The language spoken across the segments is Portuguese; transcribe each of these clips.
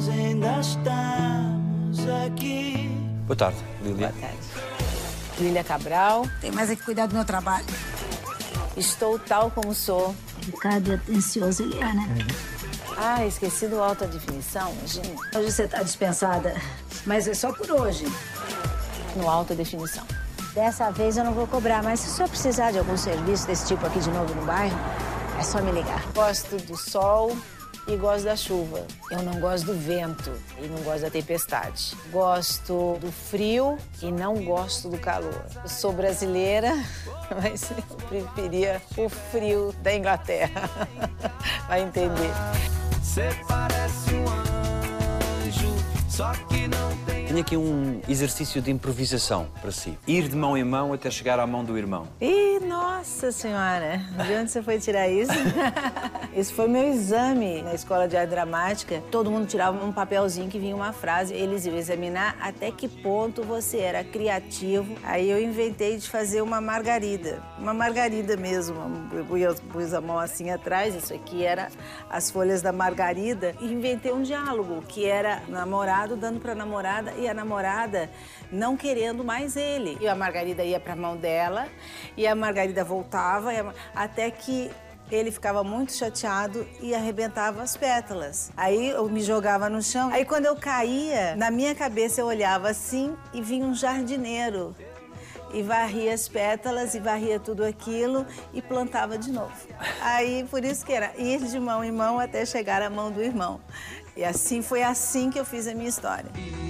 nós ainda estamos aqui. Boa tarde, Lília. Boa tarde. Lília Cabral. Tem mais é que cuidar do meu trabalho. Estou tal como sou. Educado e atencioso ele é, né? Ah, esqueci do alta definição, imagina. Hoje você tá dispensada, mas é só por hoje. No alta definição. Dessa vez eu não vou cobrar, mas se o senhor precisar de algum serviço desse tipo aqui de novo no bairro, é só me ligar. Gosto do sol e gosto da chuva. Eu não gosto do vento e não gosto da tempestade. Gosto do frio e não gosto do calor. Eu sou brasileira, mas eu preferia o frio da Inglaterra. Vai entender. Você parece um anjo, só que não tem... Tenho aqui um exercício de improvisação para si. Ir de mão em mão até chegar à mão do irmão. Ih, nossa senhora! De onde você foi tirar isso? Esse foi meu exame na escola de arte dramática. Todo mundo tirava um papelzinho que vinha uma frase. Eles iam examinar até que ponto você era criativo. Aí eu inventei de fazer uma margarida. Uma margarida mesmo. Eu pus a mão assim atrás. Isso aqui era as folhas da margarida. E inventei um diálogo, que era namorado dando pra namorada e a namorada não querendo mais ele. E a margarida ia pra mão dela e a margarida voltava até que ele ficava muito chateado e arrebentava as pétalas. Aí eu me jogava no chão. Aí quando eu caía, na minha cabeça eu olhava assim e vinha um jardineiro. E varria as pétalas e varria tudo aquilo e plantava de novo. Aí por isso que era ir de mão em mão até chegar à mão do irmão. E assim foi assim que eu fiz a minha história.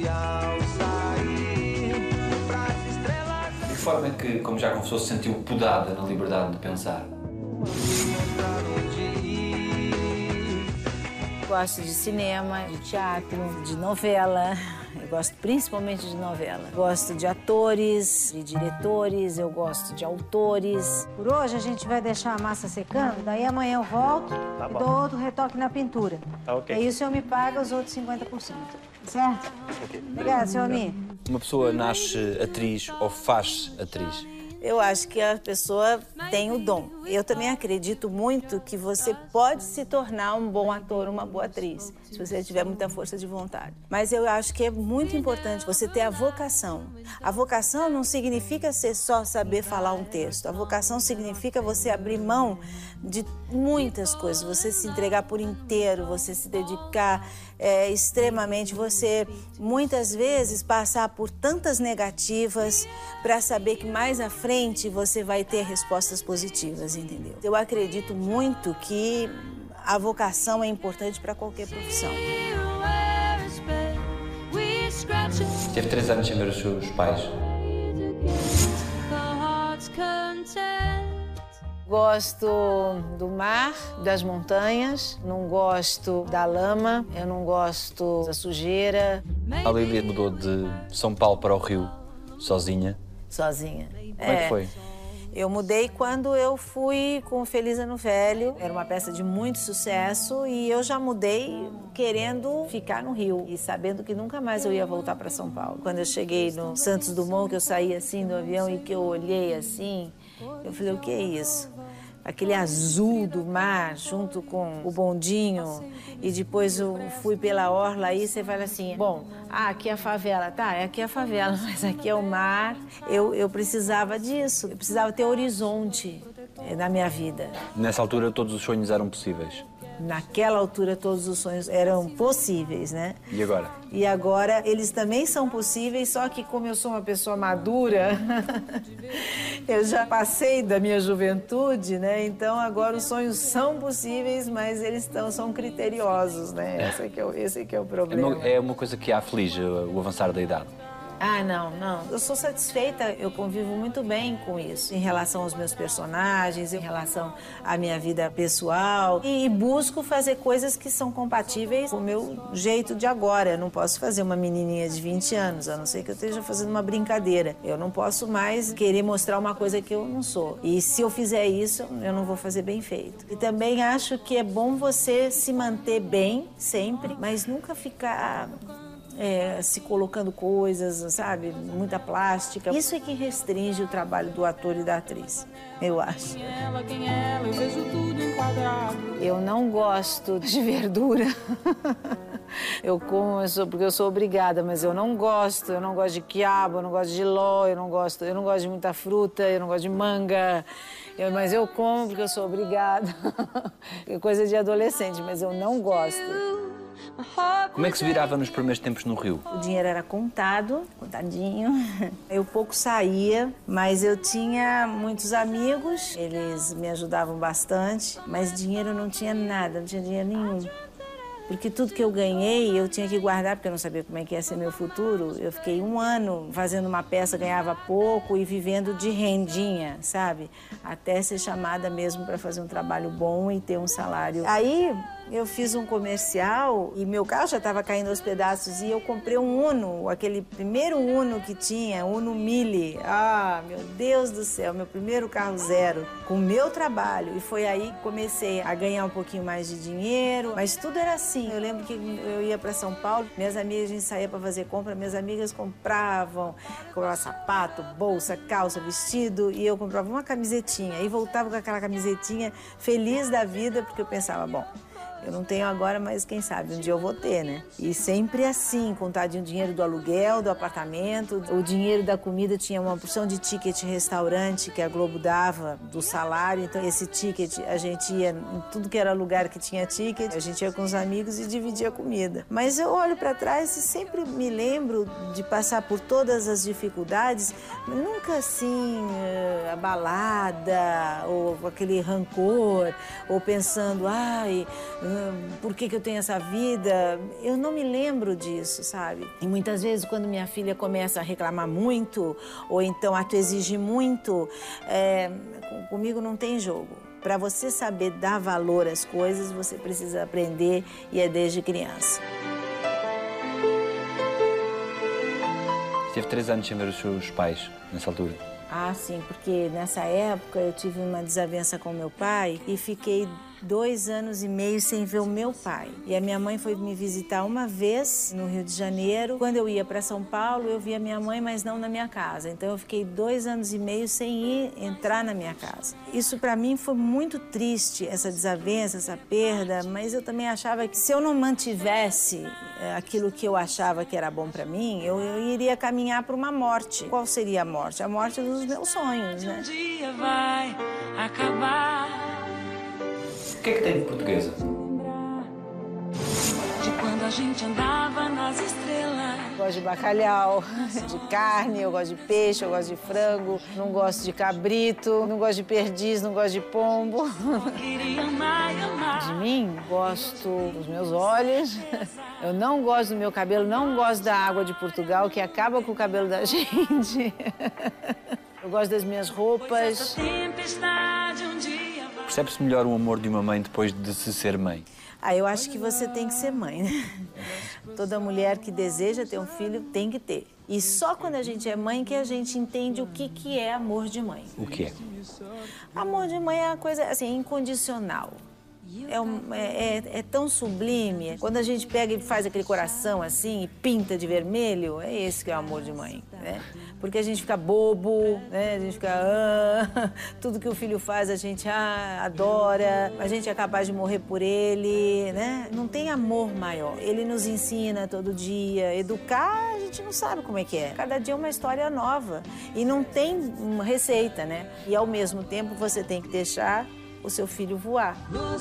De que forma é que, como já confessou, se sentiu podada na liberdade de pensar? Gosto de cinema, de teatro, de novela. Eu gosto principalmente de novela. Gosto de atores, de diretores, eu gosto de autores. Por hoje a gente vai deixar a massa secando, daí amanhã eu volto e dou outro retoque na pintura. Tá ok. E aí o senhor me paga os outros 50%. Certo? Obrigada, senhor Mi. Uma pessoa nasce atriz ou faz atriz? Eu acho que a pessoa tem o dom. Eu também acredito muito que você pode se tornar um bom ator, uma boa atriz, se você tiver muita força de vontade. Mas eu acho que é muito importante você ter a vocação. A vocação não significa ser só saber falar um texto. A vocação significa você abrir mão de muitas coisas, você se entregar por inteiro, você se dedicar extremamente, você muitas vezes passar por tantas negativas para saber que mais à frente você vai ter respostas positivas, entendeu? Eu acredito muito que a vocação é importante para qualquer profissão. Teve 3 anos sem ver os seus pais. Gosto do mar, das montanhas, não gosto da lama, eu não gosto da sujeira. A Lília mudou de São Paulo para o Rio, sozinha. Sozinha. Como é que foi? Eu mudei quando eu fui com Feliz Ano Velho. Era uma peça de muito sucesso e eu já mudei querendo ficar no Rio e sabendo que nunca mais eu ia voltar para São Paulo. Quando eu cheguei no Santos Dumont, que eu saí assim do avião e que eu olhei assim, eu falei, o que é isso? Aquele azul do mar junto com o bondinho e depois eu fui pela orla aí, você fala assim, bom, aqui é a favela, tá, aqui é a favela, mas aqui é o mar. Eu precisava disso, eu precisava ter horizonte na minha vida. Nessa altura todos os sonhos eram possíveis. Naquela altura todos os sonhos eram possíveis, né? E agora? E agora eles também são possíveis, só que como eu sou uma pessoa madura, eu já passei da minha juventude, né? Então agora os sonhos são possíveis, mas eles são criteriosos, né? Esse que é o problema. É uma coisa que aflige o avançar da idade. Ah, não. Eu sou satisfeita, eu convivo muito bem com isso. Em relação aos meus personagens, em relação à minha vida pessoal. E busco fazer coisas que são compatíveis com o meu jeito de agora. Eu não posso fazer uma menininha de 20 anos, a não ser que eu esteja fazendo uma brincadeira. Eu não posso mais querer mostrar uma coisa que eu não sou. E se eu fizer isso, eu não vou fazer bem feito. E também acho que é bom você se manter bem sempre, mas nunca ficar... se colocando coisas, sabe? Muita plástica. Isso é que restringe o trabalho do ator e da atriz, eu acho. Quem ela, eu vejo tudo enquadrado. Eu não gosto de verdura. Eu como porque eu sou obrigada, mas eu não gosto. Eu não gosto de quiabo, eu não gosto de ló, eu não gosto de muita fruta, eu não gosto de manga. Mas eu como porque eu sou obrigada. É coisa de adolescente, mas eu não gosto. Como é que se virava nos primeiros tempos no Rio? O dinheiro era contadinho. Eu pouco saía, mas eu tinha muitos amigos. Eles me ajudavam bastante, mas dinheiro eu não tinha nada, não tinha dinheiro nenhum. Porque tudo que eu ganhei, eu tinha que guardar, porque eu não sabia como é que ia ser meu futuro. Eu fiquei 1 ano fazendo uma peça, ganhava pouco e vivendo de rendinha, sabe? Até ser chamada mesmo para fazer um trabalho bom e ter um salário. Aí eu fiz um comercial e meu carro já estava caindo aos pedaços e eu comprei um Uno, aquele primeiro Uno que tinha, Uno Mille. Ah, meu Deus do céu, meu primeiro carro zero, com o meu trabalho. E foi aí que comecei a ganhar um pouquinho mais de dinheiro, mas tudo era assim. Eu lembro que eu ia para São Paulo, minhas amigas, a gente saía para fazer compra, minhas amigas compravam sapato, bolsa, calça, vestido, e eu comprava uma camisetinha. E voltava com aquela camisetinha feliz da vida, porque eu pensava, bom, eu não tenho agora, mas quem sabe um dia eu vou ter, né? E sempre assim, contadinho o dinheiro do aluguel, do apartamento, o dinheiro da comida, tinha uma porção de ticket restaurante que a Globo dava do salário. Então esse ticket, a gente ia em tudo que era lugar que tinha ticket, a gente ia com os amigos e dividia a comida. Mas eu olho para trás e sempre me lembro de passar por todas as dificuldades, nunca assim abalada ou aquele rancor, ou pensando, ai, por que eu tenho essa vida? Eu não me lembro disso, sabe? E muitas vezes, quando minha filha começa a reclamar muito, ou então a tu exigir muito, comigo não tem jogo. Para você saber dar valor às coisas, você precisa aprender, e é desde criança. Teve 3 anos sem ver os seus pais, nessa altura? Ah, sim, porque nessa época eu tive uma desavença com meu pai e fiquei 2 anos e meio sem ver o meu pai. E a minha mãe foi me visitar uma vez no Rio de Janeiro. Quando eu ia para São Paulo, eu via minha mãe, mas não na minha casa. Então eu fiquei 2 anos e meio sem entrar na minha casa. Isso para mim foi muito triste, essa desavença, essa perda, mas eu também achava que se eu não mantivesse aquilo que eu achava que era bom para mim, eu iria caminhar para uma morte. Qual seria a morte? A morte dos meus sonhos, né? Um dia vai acabar. O que é que tem de portuguesa? De quando a gente andava nas estrelas. Eu gosto de bacalhau, de carne, eu gosto de peixe, eu gosto de frango, não gosto de cabrito, não gosto de perdiz, não gosto de pombo. Queria amar e amar. De mim, gosto dos meus olhos, eu não gosto do meu cabelo, não gosto da água de Portugal, que acaba com o cabelo da gente. Eu gosto das minhas roupas. Essa tempestade um dia vai. Percebe-se melhor o amor de uma mãe depois de se ser mãe? Ah, eu acho que você tem que ser mãe, né? Toda mulher que deseja ter um filho tem que ter. E só quando a gente é mãe que a gente entende o que é amor de mãe. O que é? Amor de mãe é uma coisa assim, incondicional. É tão sublime. Quando a gente pega e faz aquele coração assim e pinta de vermelho, é esse que é o amor de mãe, né? Porque a gente fica bobo, né? A gente fica... tudo que o filho faz a gente adora, a gente é capaz de morrer por ele, né? Não tem amor maior. Ele nos ensina todo dia. Educar, a gente não sabe como é que é. Cada dia é uma história nova. E não tem uma receita, né? E ao mesmo tempo você tem que deixar o seu filho voar.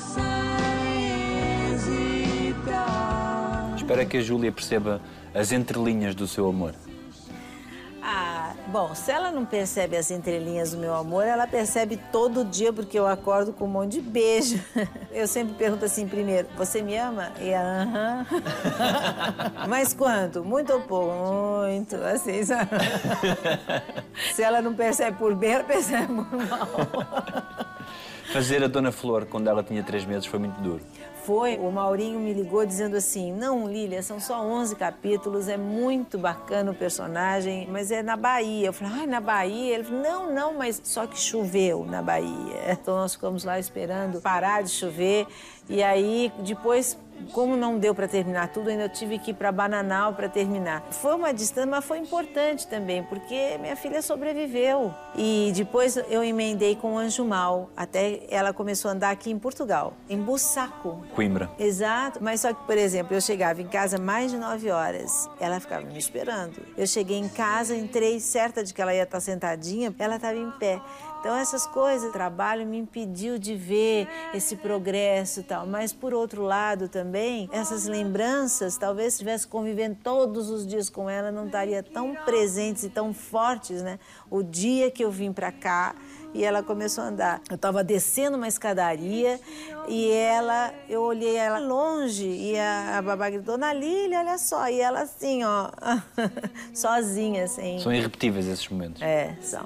Espero que a Júlia perceba as entrelinhas do seu amor. Ah, bom, se ela não percebe as entrelinhas do meu amor, ela percebe todo dia, porque eu acordo com um monte de beijo. Eu sempre pergunto assim primeiro, você me ama? E aham. Mas quanto? Muito ou pouco? Muito, assim, sabe? Se ela não percebe por bem, ela percebe por mal. Fazer a Dona Flor quando ela tinha 3 meses foi muito duro. Foi, o Maurinho me ligou dizendo assim, não, Lília, são só 11 capítulos, é muito bacana o personagem, mas é na Bahia. Eu falei, ai, na Bahia? Ele falou, não, mas só que choveu na Bahia. Então nós ficamos lá esperando parar de chover e aí depois Como não deu para terminar tudo, ainda eu tive que ir para Bananal para terminar. Foi uma distância, mas foi importante também, porque minha filha sobreviveu. E depois eu emendei com o Anjo Mal, até ela começou a andar aqui em Portugal, em Bussaco. Coimbra. Exato, mas só que, por exemplo, eu chegava em casa mais de 9 horas, ela ficava me esperando. Eu cheguei em casa, entrei certa de que ela ia estar sentadinha, ela estava em pé. Então, essas coisas, o trabalho me impediu de ver esse progresso e tal. Mas, por outro lado, também, essas lembranças, talvez se estivesse convivendo todos os dias com ela, não estaria tão presentes e tão fortes, né? O dia que eu vim para cá e ela começou a andar. Eu estava descendo uma escadaria e eu olhei ela longe e a babá gritou, Dona Lília, olha só. E ela assim, ó, sozinha, assim. São irrepetíveis esses momentos. É, são.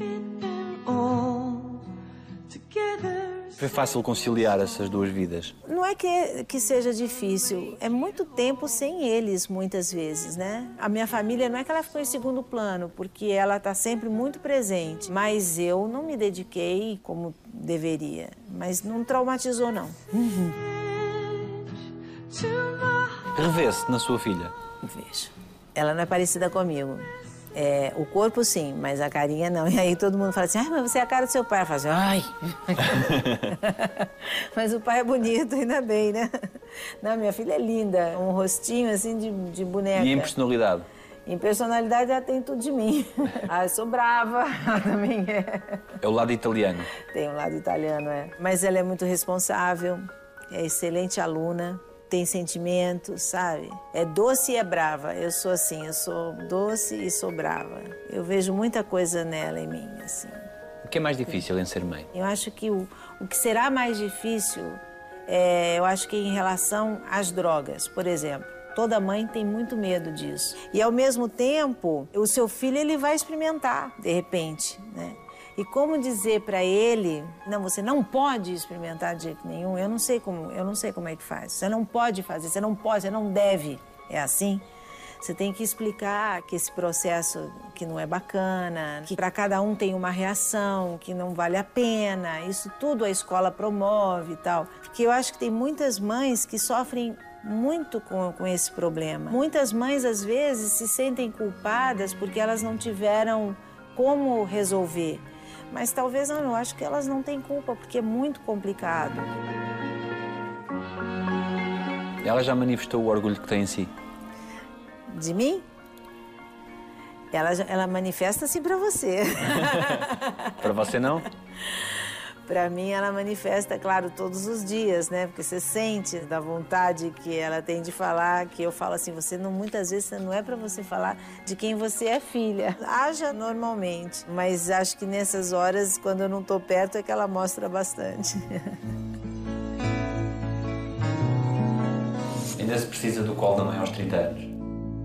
Foi fácil conciliar essas duas vidas? Não é que seja difícil, é muito tempo sem eles, muitas vezes, né? A minha família não é que ela ficou em segundo plano, porque ela está sempre muito presente, mas eu não me dediquei como deveria, mas não traumatizou, não. Revê-se na sua filha? Vejo. Ela não é parecida comigo. O corpo sim, mas a carinha não. E aí todo mundo fala assim, mas você é a cara do seu pai. Eu falo assim, ai. Mas o pai é bonito, ainda bem, né? Não, minha filha é linda, um rostinho assim de boneca. E em personalidade? Em personalidade ela tem tudo de mim. Eu sou brava, ela também é. É o lado italiano? Tem um lado italiano, Mas ela é muito responsável, é excelente aluna. Tem sentimentos, sabe? É doce e é brava. Eu sou assim, eu sou doce e sou brava. Eu vejo muita coisa nela, em mim, assim. O que é mais difícil em ser mãe? Eu acho que o que será mais difícil, eu acho que em relação às drogas, por exemplo. Toda mãe tem muito medo disso. E, ao mesmo tempo, o seu filho ele vai experimentar, de repente, né? E como dizer para ele, não, você não pode experimentar de jeito nenhum, eu não sei como é que faz. Você não pode fazer, você não deve. É assim? Você tem que explicar que esse processo que não é bacana, que para cada um tem uma reação, que não vale a pena. Isso tudo a escola promove e tal. Porque eu acho que tem muitas mães que sofrem muito com esse problema. Muitas mães, às vezes, se sentem culpadas porque elas não tiveram como resolver. Mas talvez não, eu acho que elas não têm culpa, porque é muito complicado. Ela já manifestou o orgulho que tem em si? De mim? Ela manifesta assim pra você. Para você não? Para mim, ela manifesta, claro, todos os dias, né? Porque você sente da vontade que ela tem de falar, que eu falo assim, muitas vezes não é para você falar de quem você é filha. Haja normalmente, mas acho que nessas horas, quando eu não tô perto, é que ela mostra bastante. Ainda se precisa do colo da mãe aos 30 anos?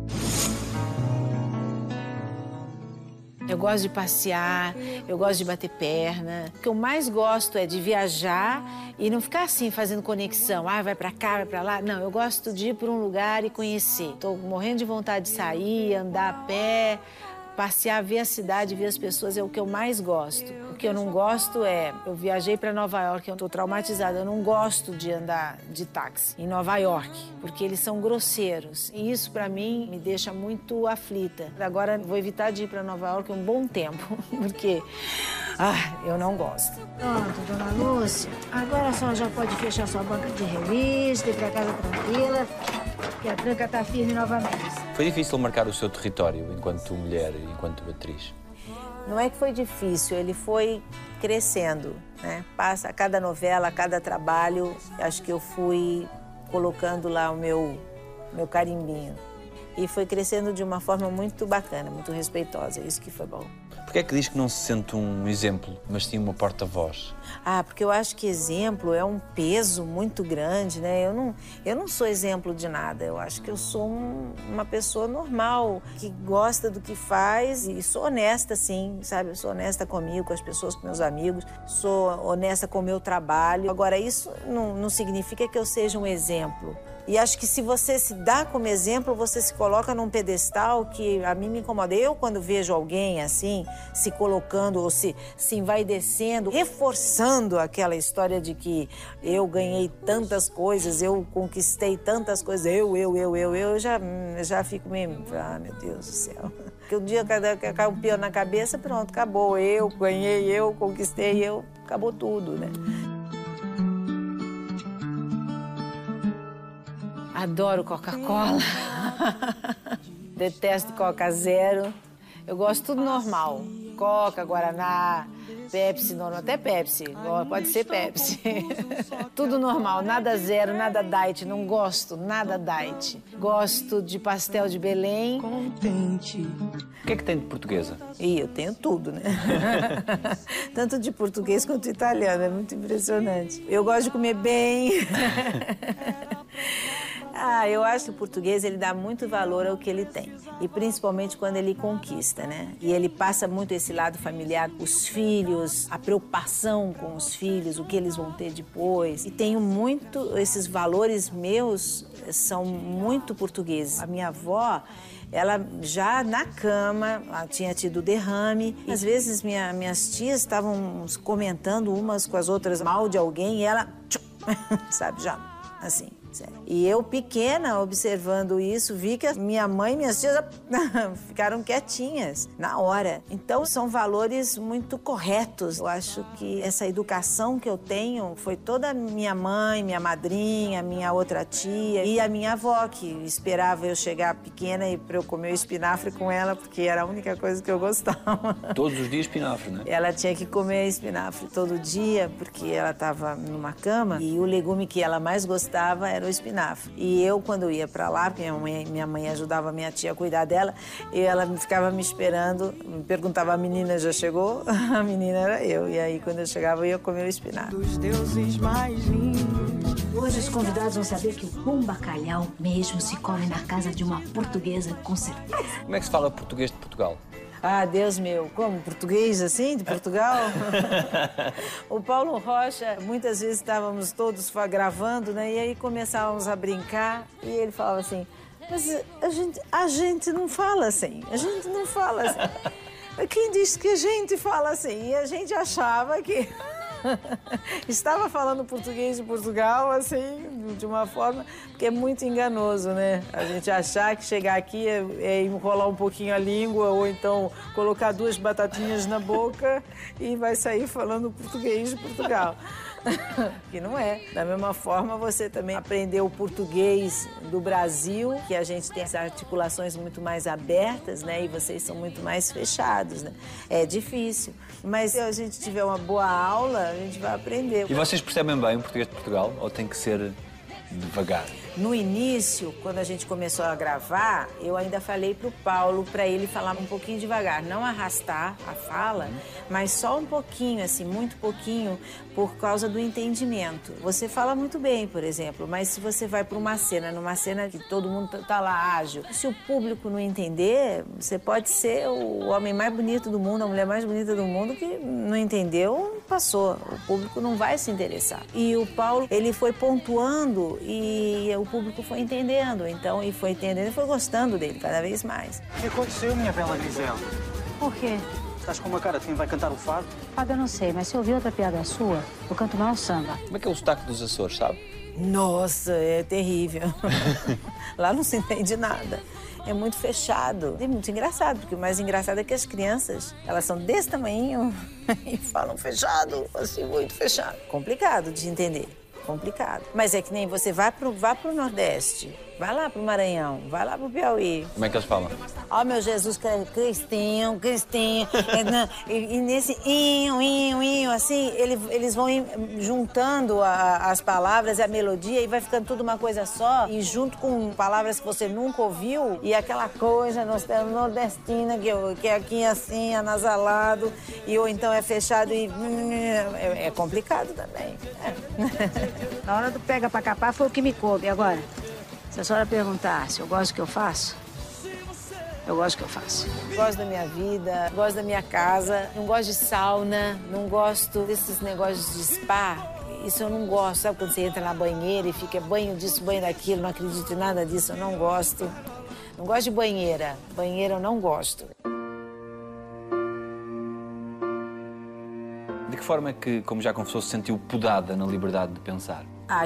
Eu gosto de passear, eu gosto de bater perna. O que eu mais gosto é de viajar e não ficar assim, fazendo conexão. Vai pra cá, vai pra lá. Não, eu gosto de ir pra um lugar e conhecer. Tô morrendo de vontade de sair, andar a pé, passear, ver a cidade, ver as pessoas, é o que eu mais gosto. O que eu não gosto eu viajei para Nova York, eu tô traumatizada, eu não gosto de andar de táxi em Nova York, porque eles são grosseiros. E isso, para mim, me deixa muito aflita. Agora, vou evitar de ir para Nova York um bom tempo, porque eu não gosto. Pronto, dona Lúcia, agora a senhora já pode fechar sua banca de revista, ir para casa tranquila, que a tranca tá firme novamente. Foi difícil marcar o seu território enquanto mulher e enquanto atriz? Não é que foi difícil, ele foi crescendo, né? Passa a cada novela, a cada trabalho, acho que eu fui colocando lá o meu carimbinho. E foi crescendo de uma forma muito bacana, muito respeitosa, isso que foi bom. Por que é que diz que não se sente um exemplo, mas sim uma porta-voz? Porque eu acho que exemplo é um peso muito grande, né? Eu não sou exemplo de nada, eu acho que eu sou uma pessoa normal, que gosta do que faz e sou honesta, sim, sabe? Eu sou honesta comigo, com as pessoas, com meus amigos, sou honesta com o meu trabalho. Agora, isso não significa que eu seja um exemplo. E acho que se você se dá como exemplo, você se coloca num pedestal que a mim me incomoda. Eu, quando vejo alguém assim, se colocando ou se envaidecendo, reforçando aquela história de que eu ganhei tantas coisas, eu conquistei tantas coisas, eu já fico meio, meu Deus do céu. Porque um dia cai um piano na cabeça, pronto, acabou. Eu ganhei, eu conquistei, acabou tudo, né? Adoro Coca-Cola. Detesto Coca Zero. Eu gosto tudo normal. Coca, Guaraná, Pepsi, normal. Até Pepsi. Pode ser Pepsi. Tudo normal. Nada zero, nada diet. Não gosto, nada diet. Gosto de pastel de Belém. Contente. O que é que tem de portuguesa? Eu tenho tudo, né? Tanto de português quanto italiano. É muito impressionante. Eu gosto de comer bem. Eu acho que o português, ele dá muito valor ao que ele tem. E principalmente quando ele conquista, né? E ele passa muito esse lado familiar, os filhos, a preocupação com os filhos, o que eles vão ter depois. E tenho muito, esses valores meus são muito portugueses. A minha avó, ela já na cama, tinha tido derrame. Às vezes minhas tias estavam comentando umas com as outras mal de alguém e ela, sabe, já assim. E eu, pequena, observando isso, vi que minha mãe e minhas tias ficaram quietinhas na hora. Então, são valores muito corretos. Eu acho que essa educação que eu tenho foi toda minha mãe, minha madrinha, minha outra tia e a minha avó, que esperava eu chegar pequena e para eu comer o espinafre com ela, porque era a única coisa que eu gostava. Todos os dias espinafre, né? Ela tinha que comer espinafre todo dia, porque ela estava numa cama e o legume que ela mais gostava era o espinafre. E eu, quando eu ia pra lá, porque minha mãe ajudava a minha tia a cuidar dela, e ela ficava me esperando, me perguntava, a menina já chegou? A menina era eu. E aí, quando eu chegava, eu ia comer o espinafre. Dos deuses mais lindos. Hoje os convidados vão saber que o bom bacalhau mesmo se come na casa de uma portuguesa, com certeza. Como é que se fala português de Portugal? Deus meu, como? Português assim, de Portugal? O Paulo Rocha, muitas vezes estávamos todos gravando, né? E aí começávamos a brincar e ele falava assim, mas a gente não fala assim, a gente não fala assim. Quem disse que a gente fala assim? E a gente achava que estava falando português de Portugal, assim, de uma forma, porque é muito enganoso, né? A gente achar que chegar aqui é enrolar um pouquinho a língua ou então colocar 2 batatinhas na boca e vai sair falando português de Portugal. Que não é. Da mesma forma, você também aprendeu o português do Brasil, que a gente tem as articulações muito mais abertas, né? E vocês são muito mais fechados, né? É difícil. Mas se a gente tiver uma boa aula, a gente vai aprender. E vocês percebem bem o português de Portugal ou tem que ser devagar? No início, quando a gente começou a gravar, eu ainda falei pro Paulo para ele falar um pouquinho devagar, não arrastar a fala, mas só um pouquinho, assim, muito pouquinho, por causa do entendimento. Você fala muito bem, por exemplo, mas se você vai para numa cena que todo mundo tá lá ágil, se o público não entender, você pode ser o homem mais bonito do mundo, a mulher mais bonita do mundo, que não entendeu, passou. O público não vai se interessar. E o Paulo, ele foi pontuando e o público foi entendendo, então, e foi gostando dele cada vez mais. O que aconteceu, minha bela Grisela? Por quê? Estás com uma cara de quem vai cantar o fado? Fado eu não sei, mas se eu ouvir outra piada sua, eu canto mal samba. Como é que é o sotaque dos Açores, sabe? Nossa, é terrível. Lá não se entende nada. É muito fechado. É muito engraçado, porque o mais engraçado é que as crianças, elas são desse tamanho e falam fechado, assim, muito fechado. Complicado de entender. Complicado. Mas é que nem você vá pro Nordeste, vai lá pro Maranhão, vai lá pro Piauí. Como é que eles falam? Ó, meu Jesus, Cristinho. E nesse inho, assim, eles vão juntando as palavras e a melodia e vai ficando tudo uma coisa só. E junto com palavras que você nunca ouviu e aquela coisa nordestina que é aqui assim, anasalado, ou então é fechado e é complicado também. Na hora do pega pra capar foi o que me coube. Agora, se a senhora perguntar se eu gosto do que eu faço, eu gosto do que eu faço. Gosto da minha vida, gosto da minha casa, não gosto de sauna, não gosto desses negócios de spa. Isso eu não gosto, sabe quando você entra na banheira e fica banho disso, banho daquilo, não acredito em nada disso, eu não gosto. Não gosto de banheira, banheira eu não gosto. De que forma é que, como já confessou, se sentiu podada na liberdade de pensar?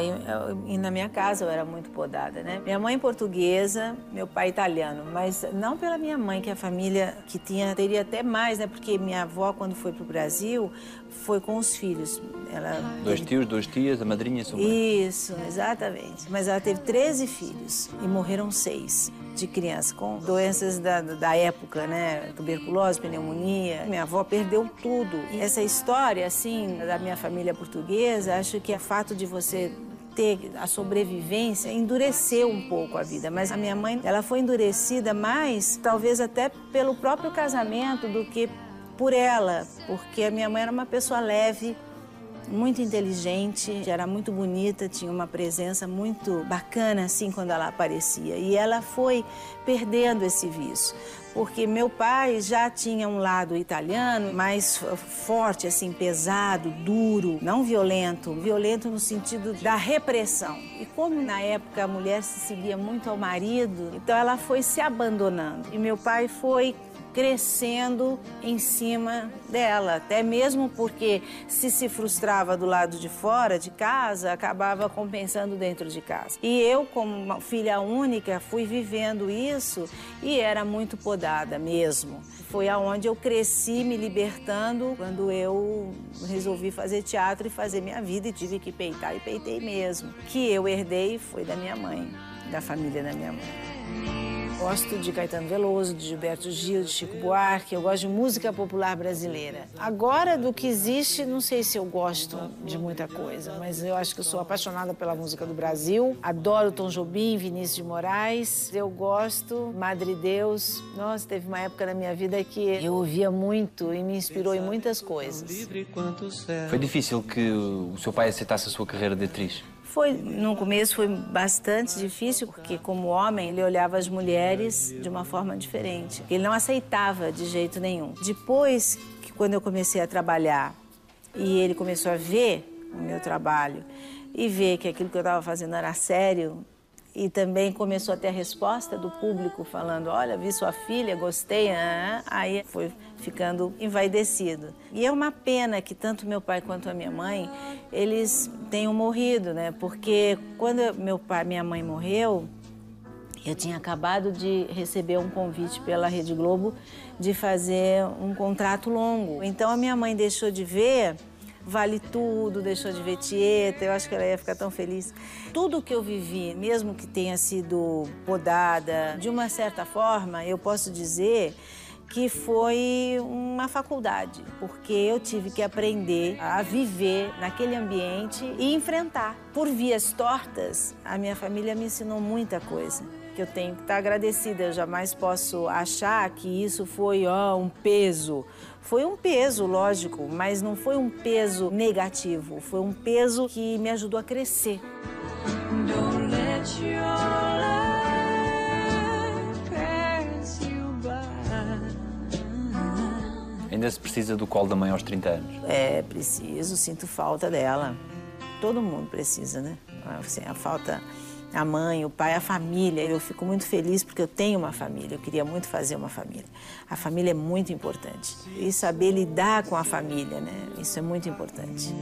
E na minha casa eu era muito podada, né? Minha mãe portuguesa, meu pai italiano, mas não pela minha mãe, que é a família que teria até mais, né? Porque minha avó, quando foi pro Brasil, foi com os filhos. Ela 2 tios, 2 tias, a madrinha e a sua mãe. Isso, exatamente. Mas ela teve 13 filhos e morreram 6 de criança com doenças da época, né? Tuberculose, pneumonia. Minha avó perdeu tudo. E essa história, assim, da minha família portuguesa, acho que é fato de você ter a sobrevivência endureceu um pouco a vida. Mas a minha mãe, ela foi endurecida mais, talvez até pelo próprio casamento do que por ela, porque a minha mãe era uma pessoa leve, muito inteligente, era muito bonita, tinha uma presença muito bacana assim quando ela aparecia. E ela foi perdendo esse vício, porque meu pai já tinha um lado italiano mais forte, assim, pesado, duro, não violento, violento no sentido da repressão. E como na época a mulher se seguia muito ao marido, então ela foi se abandonando. E meu pai foi crescendo em cima dela, até mesmo porque se frustrava do lado de fora de casa, acabava compensando dentro de casa. E eu, como uma filha única, fui vivendo isso e era muito podada mesmo. Foi aonde eu cresci me libertando quando eu resolvi fazer teatro e fazer minha vida e tive que peitar e peitei mesmo. Que eu herdei foi da minha mãe, da família da minha mãe. Gosto de Caetano Veloso, de Gilberto Gil, de Chico Buarque. Eu gosto de música popular brasileira. Agora, do que existe, não sei se eu gosto de muita coisa, mas eu acho que eu sou apaixonada pela música do Brasil. Adoro Tom Jobim, Vinícius de Moraes. Eu gosto Madre Deus. Nossa, teve uma época na minha vida que eu ouvia muito e me inspirou em muitas coisas. Foi difícil que o seu pai aceitasse a sua carreira de atriz? No começo foi bastante difícil, porque como homem ele olhava as mulheres de uma forma diferente. Ele não aceitava de jeito nenhum. Depois, quando eu comecei a trabalhar e ele começou a ver o meu trabalho e ver que aquilo que eu estava fazendo era sério, e também começou a ter a resposta do público falando, olha, vi sua filha, gostei, aí foi ficando envaidecido. E é uma pena que tanto meu pai quanto a minha mãe, eles tenham morrido, né? Porque quando minha mãe morreu, eu tinha acabado de receber um convite pela Rede Globo de fazer um contrato longo. Então a minha mãe deixou de ver Vale Tudo, deixou de ver Tieta, eu acho que ela ia ficar tão feliz. Tudo que eu vivi, mesmo que tenha sido podada, de uma certa forma, eu posso dizer que foi uma faculdade, porque eu tive que aprender a viver naquele ambiente e enfrentar. Por vias tortas, a minha família me ensinou muita coisa, que eu tenho que estar agradecida. Eu jamais posso achar que isso foi um peso. Foi um peso, lógico, mas não foi um peso negativo. Foi um peso que me ajudou a crescer. Don't let your life pass you by. Ainda se precisa do colo da mãe aos 30 anos? É, preciso, sinto falta dela. Todo mundo precisa, né? Assim, a falta... A mãe, o pai, a família. Eu fico muito feliz porque eu tenho uma família. Eu queria muito fazer uma família. A família é muito importante. E saber lidar com a família, né? Isso é muito importante.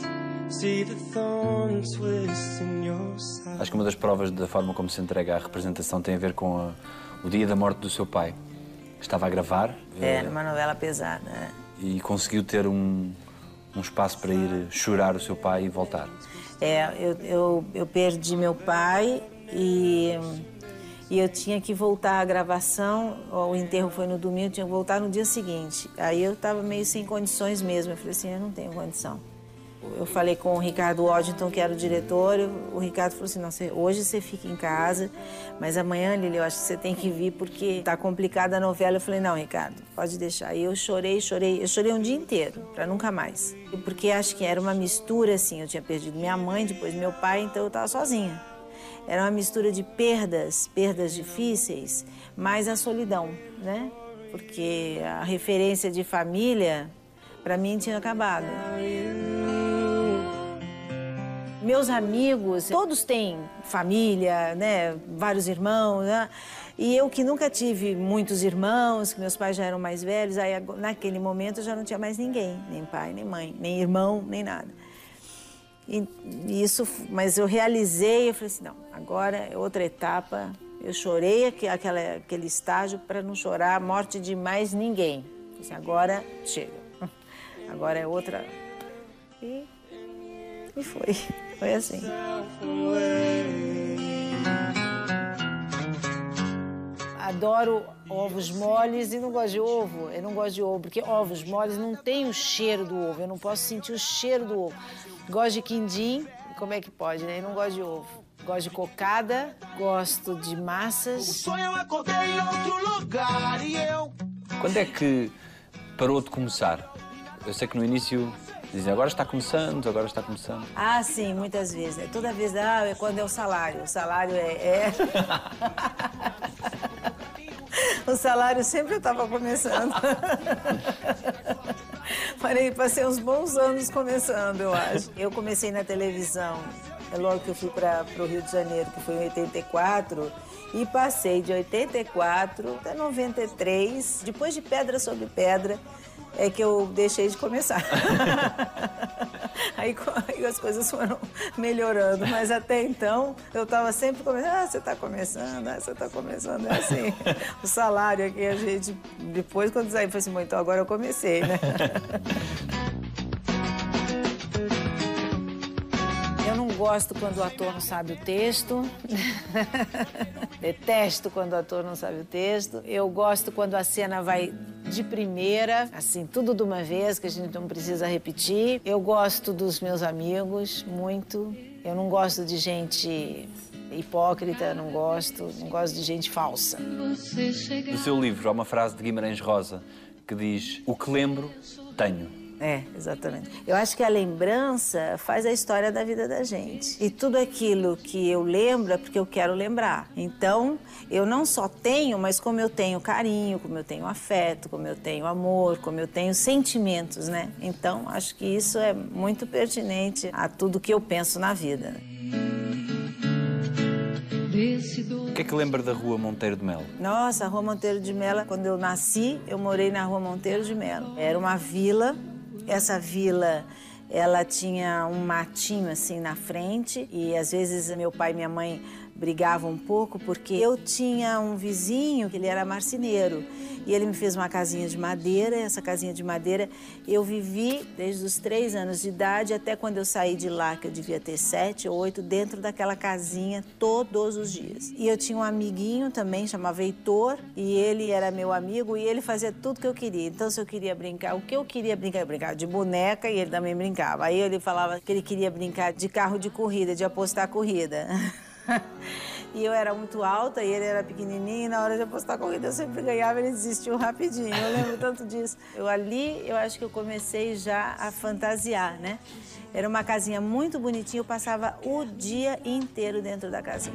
Acho que uma das provas da forma como se entrega à representação tem a ver com o dia da morte do seu pai. Estava a gravar. Era uma novela pesada, né? E conseguiu ter um espaço para ir chorar o seu pai e voltar. Eu perdi meu pai e eu tinha que voltar à gravação. O enterro foi no domingo, eu tinha que voltar no dia seguinte. Aí eu estava meio sem condições mesmo. Eu falei assim, eu não tenho condição. Eu falei com o Ricardo Washington, que era o diretor. O Ricardo falou assim, não, hoje você fica em casa, mas amanhã, Lili, eu acho que você tem que vir porque tá complicada a novela. Eu falei, não, Ricardo, pode deixar. E eu chorei. Eu chorei um dia inteiro, para nunca mais. Porque acho que era uma mistura, assim, eu tinha perdido minha mãe, depois meu pai, então eu estava sozinha. Era uma mistura de perdas difíceis, mais a solidão, né? Porque a referência de família, para mim, tinha acabado. Meus amigos, todos têm família, né? Vários irmãos, né? E eu que nunca tive muitos irmãos, que meus pais já eram mais velhos, aí naquele momento eu já não tinha mais ninguém, nem pai, nem mãe, nem irmão, nem nada. E isso, mas eu realizei, eu falei assim, não, agora é outra etapa. Eu chorei aquele estágio para não chorar a morte de mais ninguém. Eu falei assim, agora chega, agora é outra. E foi assim. Adoro ovos moles e não gosto de ovo. Eu não gosto de ovo, porque ovos moles não tem o cheiro do ovo. Eu não posso sentir o cheiro do ovo. Gosto de quindim, como é que pode, né? Eu não gosto de ovo. Gosto de cocada, gosto de massas. Quando é que parou de começar? Eu sei que no início dizem, agora está começando, agora está começando. Ah, sim, muitas vezes, né? Toda vez, é quando é o salário. O salário é... O salário sempre eu estava começando. Passei uns bons anos começando, eu acho. Eu comecei na televisão, logo que eu fui para o Rio de Janeiro, que foi em 84, e passei de 84 até 93, depois de Pedra sobre Pedra, é que eu deixei de começar. Aí as coisas foram melhorando, mas até então eu estava sempre começando, você está começando, você está começando, é assim. O salário aqui, a gente, depois quando saí, falei assim, bom, então agora eu comecei, né? Eu não gosto quando o ator não sabe o texto. Detesto quando o ator não sabe o texto. Eu gosto quando a cena vai de primeira, assim, tudo de uma vez, que a gente não precisa repetir. Eu gosto dos meus amigos, muito. Eu não gosto de gente hipócrita, não gosto de gente falsa. No seu livro há uma frase de Guimarães Rosa que diz, o que lembro, tenho. É, exatamente. Eu acho que a lembrança faz a história da vida da gente. E tudo aquilo que eu lembro é porque eu quero lembrar. Então, eu não só tenho, mas como eu tenho carinho, como eu tenho afeto, como eu tenho amor, como eu tenho sentimentos, né? Então, acho que isso é muito pertinente a tudo que eu penso na vida. O que é que lembra da Rua Monteiro de Melo? Nossa, a Rua Monteiro de Melo, quando eu nasci, eu morei na Rua Monteiro de Melo. Era uma vila. Essa vila, ela tinha um matinho assim na frente e às vezes meu pai e minha mãe brigavam um pouco porque eu tinha um vizinho que ele era marceneiro e ele me fez uma casinha de madeira. Essa casinha de madeira eu vivi desde os 3 anos de idade até quando eu saí de lá, que eu devia ter 7 ou 8, dentro daquela casinha todos os dias. E eu tinha um amiguinho também, chamava Heitor, e ele era meu amigo e ele fazia tudo que eu queria. Então, se eu queria brincar, o que eu queria brincar? Eu brincava de boneca e ele também brincava. Aí ele falava que ele queria brincar de carro de corrida, de apostar corrida. E eu era muito alta e ele era pequenininho, e na hora de apostar corrida eu sempre ganhava, ele desistiu rapidinho. Eu lembro tanto disso. Eu acho que eu comecei já a fantasiar, né? Era uma casinha muito bonitinha, eu passava o dia inteiro dentro da casinha.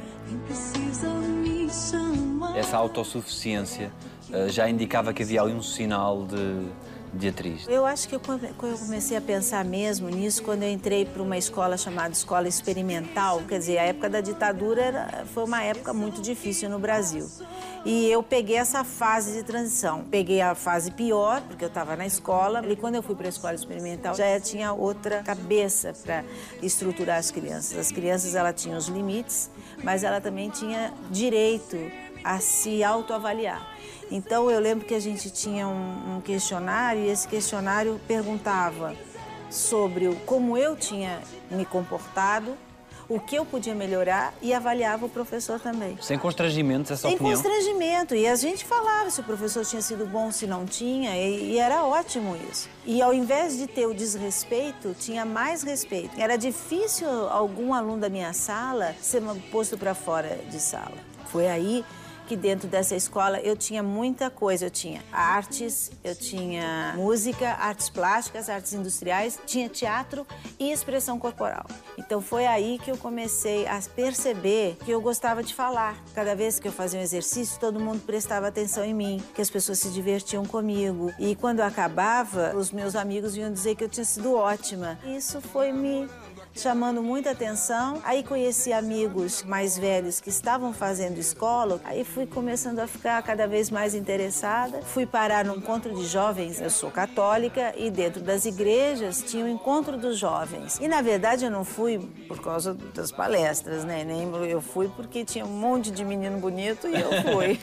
Essa autossuficiência já indicava que havia ali um sinal de atriz. Eu acho que eu comecei a pensar mesmo nisso quando eu entrei para uma escola chamada Escola Experimental. Quer dizer, a época da ditadura foi uma época muito difícil no Brasil. E eu peguei essa fase de transição. Peguei a fase pior, porque eu estava na escola. E quando eu fui para a Escola Experimental, já tinha outra cabeça para estruturar as crianças. As crianças, ela tinha os limites, mas ela também tinha direito a se autoavaliar. Então, eu lembro que a gente tinha um questionário e esse questionário perguntava sobre como eu tinha me comportado, o que eu podia melhorar e avaliava o professor também. Sem constrangimentos, essa opinião? Sem constrangimento. E a gente falava se o professor tinha sido bom, se não tinha, e era ótimo isso. E ao invés de ter o desrespeito, tinha mais respeito. Era difícil algum aluno da minha sala ser posto para fora de sala. Foi aí que dentro dessa escola eu tinha muita coisa. Eu tinha artes, eu tinha música, artes plásticas, artes industriais, tinha teatro e expressão corporal. Então foi aí que eu comecei a perceber que eu gostava de falar. Cada vez que eu fazia um exercício, todo mundo prestava atenção em mim, que as pessoas se divertiam comigo. E quando eu acabava, os meus amigos vinham dizer que eu tinha sido ótima. Isso foi me chamando muita atenção. Aí conheci amigos mais velhos que estavam fazendo escola. Aí fui começando a ficar cada vez mais interessada. Fui parar no encontro de jovens. Eu sou católica e dentro das igrejas tinha o encontro dos jovens. E na verdade eu não fui por causa das palestras, né? Nem eu fui porque tinha um monte de menino bonito e eu fui.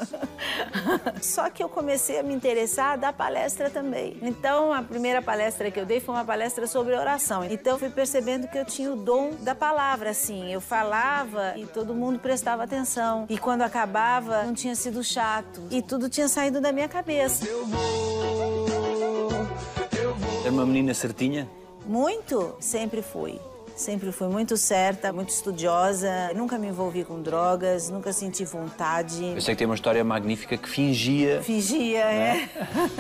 Só que eu comecei a me interessar da palestra também. Então a primeira palestra que eu dei foi uma palestra sobre oração. Então eu fui percebendo que eu tinha o dom da palavra, assim. Eu falava e todo mundo prestava atenção. E quando acabava, não tinha sido chato. E tudo tinha saído da minha cabeça. Era uma menina certinha? Muito, sempre fui. Sempre fui muito certa, muito estudiosa. Nunca me envolvi com drogas, nunca senti vontade. Eu sei que tem uma história magnífica que fingia... Fingia, é.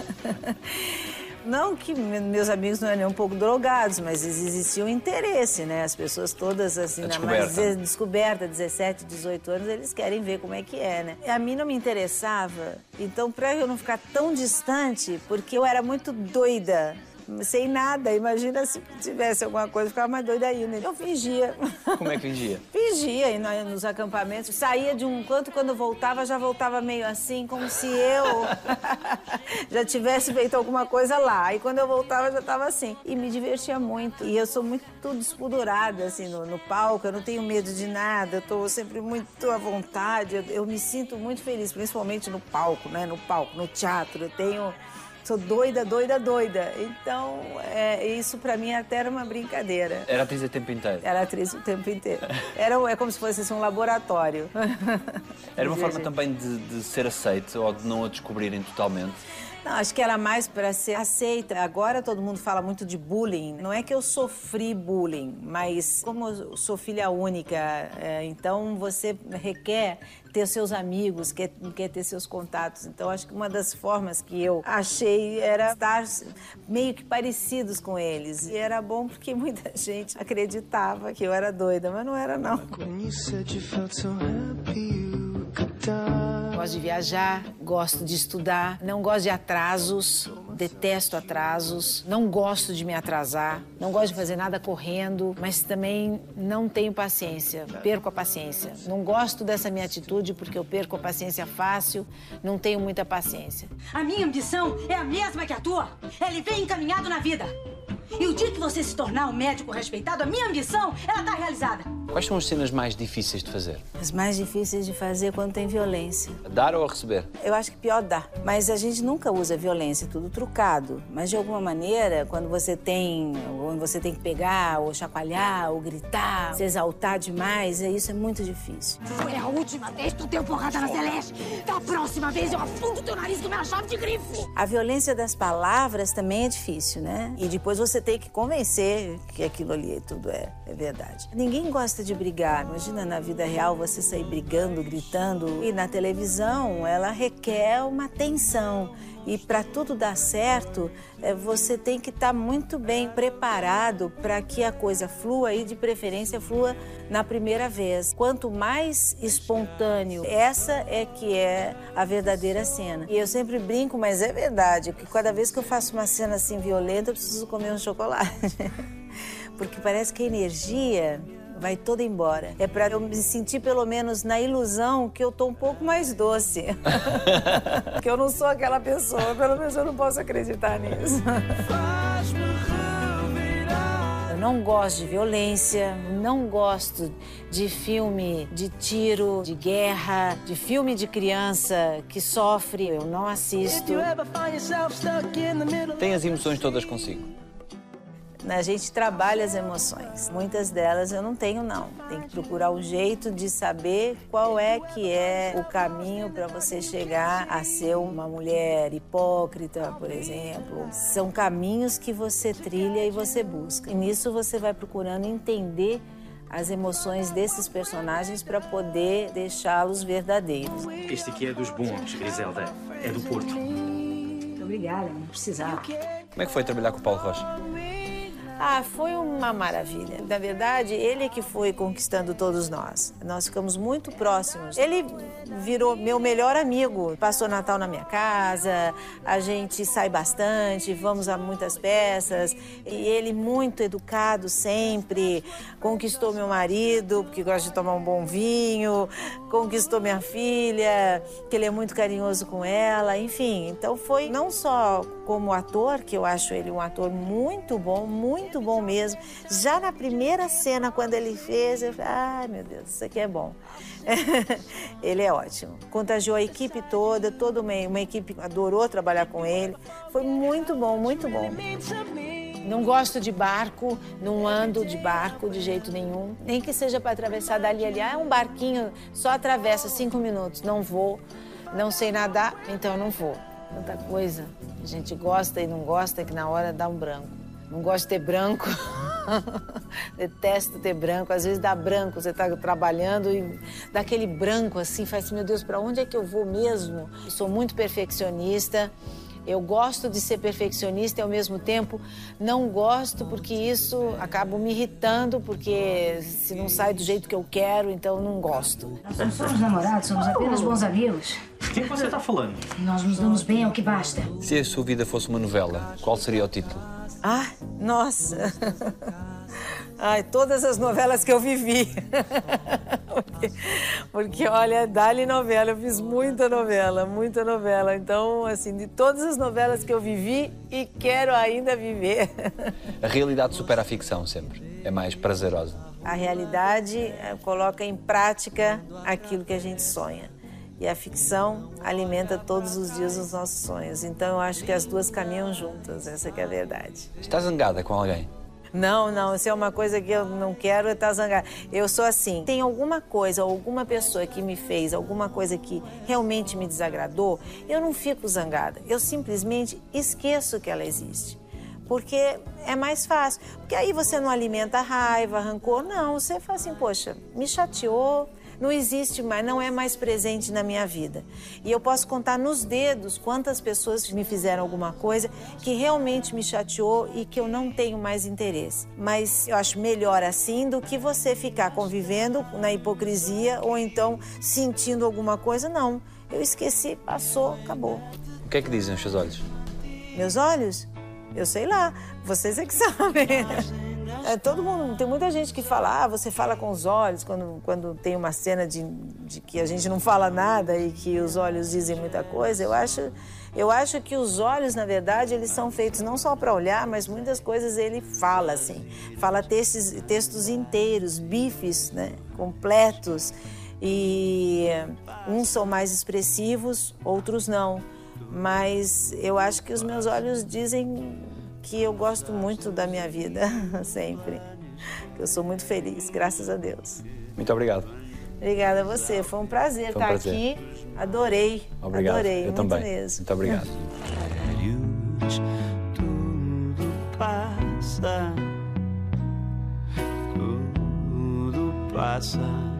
Não que meus amigos não eram nem um pouco drogados, mas existia um interesse, né? As pessoas todas, assim, descoberta, 17, 18 anos, eles querem ver como é que é, né? A mim não me interessava, então pra eu não ficar tão distante, porque eu era muito doida. Sem nada, imagina se tivesse alguma coisa, eu ficava mais doida ainda. Eu fingia. Como é que fingia? Fingia, e nos acampamentos. Saía de um canto, quando eu voltava, já voltava meio assim, como se eu já tivesse feito alguma coisa lá. E quando eu voltava, já estava assim. E me divertia muito. E eu sou muito despudorada, assim, no palco. Eu não tenho medo de nada, eu estou sempre muito à vontade. Eu me sinto muito feliz, principalmente no palco, né? No palco, no teatro. Sou doida, doida, doida. Então, isso pra mim até era uma brincadeira. Era atriz o tempo inteiro? Era atriz o tempo inteiro. É como se fosse assim, um laboratório. Era uma forma também de ser aceite ou de não a descobrirem totalmente? Não, acho que era mais para ser aceita. Agora todo mundo fala muito de bullying. Não é que eu sofri bullying, mas como eu sou filha única, então você requer ter seus amigos, quer ter seus contatos. Então acho que uma das formas que eu achei era estar meio que parecidos com eles. E era bom porque muita gente acreditava que eu era doida, mas não era não. Gosto de viajar, gosto de estudar, não gosto de atrasos, detesto atrasos, não gosto de me atrasar, não gosto de fazer nada correndo, mas também não tenho paciência, perco a paciência. Não gosto dessa minha atitude porque eu perco a paciência fácil, não tenho muita paciência. A minha ambição é a mesma que a tua. Ele vem encaminhado na vida. E o dia que você se tornar um médico respeitado, a minha ambição, ela tá realizada. Quais são as cenas mais difíceis de fazer? As mais difíceis de fazer quando tem violência. Dar ou receber? Eu acho que pior dar. Mas a gente nunca usa violência, tudo trucado. Mas de alguma maneira, quando você tem que pegar, ou chacoalhar, ou gritar, se exaltar demais, isso é muito difícil. Foi a última vez que tu deu porrada na Celeste. Da próxima vez eu afundo teu nariz com minha chave de grifo. A violência das palavras também é difícil, né? E depois você tem que convencer que aquilo ali tudo é verdade. Ninguém gosta de brigar. Imagina na vida real você sair brigando, gritando. E na televisão ela requer uma tensão. E para tudo dar certo, você tem que estar muito bem preparado para que a coisa flua e, de preferência, flua na primeira vez. Quanto mais espontâneo, essa é que é a verdadeira cena. E eu sempre brinco, mas é verdade, que cada vez que eu faço uma cena assim violenta, eu preciso comer um chocolate. Porque parece que a energia vai toda embora. É para eu me sentir, pelo menos, na ilusão que eu tô um pouco mais doce. Que eu não sou aquela pessoa, pelo menos eu não posso acreditar nisso. Eu não gosto de violência, não gosto de filme de tiro, de guerra, de filme de criança que sofre, eu não assisto. Tem as emoções todas consigo? A gente trabalha as emoções. Muitas delas eu não tenho, não. Tem que procurar um jeito de saber qual é que é o caminho para você chegar a ser uma mulher hipócrita, por exemplo. São caminhos que você trilha e você busca. E nisso você vai procurando entender as emoções desses personagens para poder deixá-los verdadeiros. Este aqui é dos bons, Griselda. É do Porto. Muito obrigada, não precisava. Como é que foi trabalhar com o Paulo Rocha? Ah, foi uma maravilha. Na verdade, ele é que foi conquistando todos nós. Nós ficamos muito próximos. Ele virou meu melhor amigo. Passou Natal na minha casa, a gente sai bastante, vamos a muitas peças. E ele muito educado sempre. Conquistou meu marido, porque gosta de tomar um bom vinho. Conquistou minha filha, que ele é muito carinhoso com ela. Enfim, então foi não só como ator, que eu acho ele um ator muito bom mesmo. Já na primeira cena, quando ele fez, eu falei, ai meu Deus, isso aqui é bom. Ele é ótimo. Contagiou a equipe toda uma equipe adorou trabalhar com ele. Foi muito bom, muito bom. Não gosto de barco, não ando de barco de jeito nenhum. Nem que seja para atravessar dali ali. Ah, é um barquinho, só atravessa 5 minutos. Não vou, não sei nadar, então eu não vou. Tanta coisa. A gente gosta e não gosta que na hora dá um branco. Não gosto de ter branco. Detesto ter branco. Às vezes dá branco, você está trabalhando e dá aquele branco assim, faz assim, meu Deus, para onde é que eu vou mesmo? Eu sou muito perfeccionista. Eu gosto de ser perfeccionista e, ao mesmo tempo, não gosto porque isso acaba me irritando, porque se não sai do jeito que eu quero, então não gosto. Nós não somos namorados, somos apenas bons amigos. De que você está falando? Nós nos damos bem, é o que basta. Se a sua vida fosse uma novela, qual seria o título? Ah, nossa! Ai, todas as novelas que eu vivi. Porque, olha, dá-lhe novela, eu fiz muita novela. Então, assim, de todas as novelas que eu vivi e quero ainda viver. A realidade supera a ficção sempre. É mais prazerosa. A realidade coloca em prática aquilo que a gente sonha. E a ficção alimenta todos os dias os nossos sonhos. Então, eu acho que as duas caminham juntas, essa que é a verdade. Está zangada com alguém? Não, isso é uma coisa que eu não quero estar zangada. Eu sou assim, tem alguma coisa, alguma pessoa que me fez alguma coisa que realmente me desagradou, eu não fico zangada. Eu simplesmente esqueço que ela existe. Porque é mais fácil. Porque aí você não alimenta raiva, rancor, não. Você fala assim, poxa, me chateou, não existe mais, não é mais presente na minha vida. E eu posso contar nos dedos quantas pessoas me fizeram alguma coisa que realmente me chateou e que eu não tenho mais interesse. Mas eu acho melhor assim do que você ficar convivendo na hipocrisia ou então sentindo alguma coisa. Não, eu esqueci, passou, acabou. O que é que dizem os seus olhos? Meus olhos? Eu sei lá, vocês é que sabem. Todo mundo, tem muita gente que fala, você fala com os olhos quando tem uma cena de que a gente não fala nada e que os olhos dizem muita coisa. Eu acho que os olhos, na verdade, eles são feitos não só para olhar, mas muitas coisas ele fala, assim. Fala textos inteiros, bifes, né, completos. E uns são mais expressivos, outros não. Mas eu acho que os meus olhos dizem que eu gosto muito da minha vida, sempre. Que eu sou muito feliz, graças a Deus. Muito obrigado. Obrigada a você, foi um prazer estar aqui. Adorei, obrigado. Adorei, eu muito também. mesmo. Muito obrigado. Tudo passa, tudo passa.